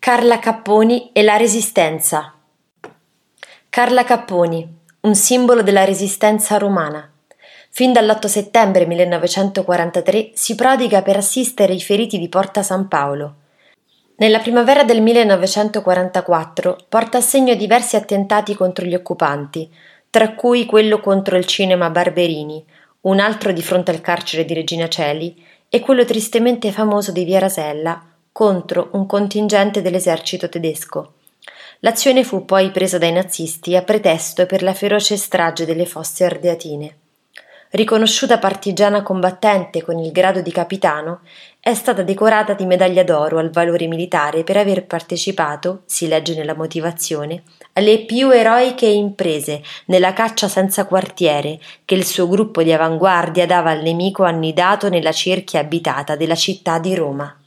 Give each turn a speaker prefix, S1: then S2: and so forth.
S1: Carla Capponi e la Resistenza. Carla Capponi, un simbolo della Resistenza romana. Fin dall'8 settembre 1943 si prodiga per assistere i feriti di Porta San Paolo. Nella primavera del 1944 porta a segno diversi attentati contro gli occupanti, tra cui quello contro il cinema Barberini, un altro di fronte al carcere di Regina Coeli e quello tristemente famoso di Via Rasella contro un contingente dell'esercito tedesco. L'azione fu poi presa dai nazisti a pretesto per la feroce strage delle Fosse Ardeatine. Riconosciuta partigiana combattente con il grado di capitano, è stata decorata di medaglia d'oro al valore militare per aver partecipato, si legge nella motivazione, alle più eroiche imprese nella caccia senza quartiere che il suo gruppo di avanguardia dava al nemico annidato nella cerchia abitata della città di Roma.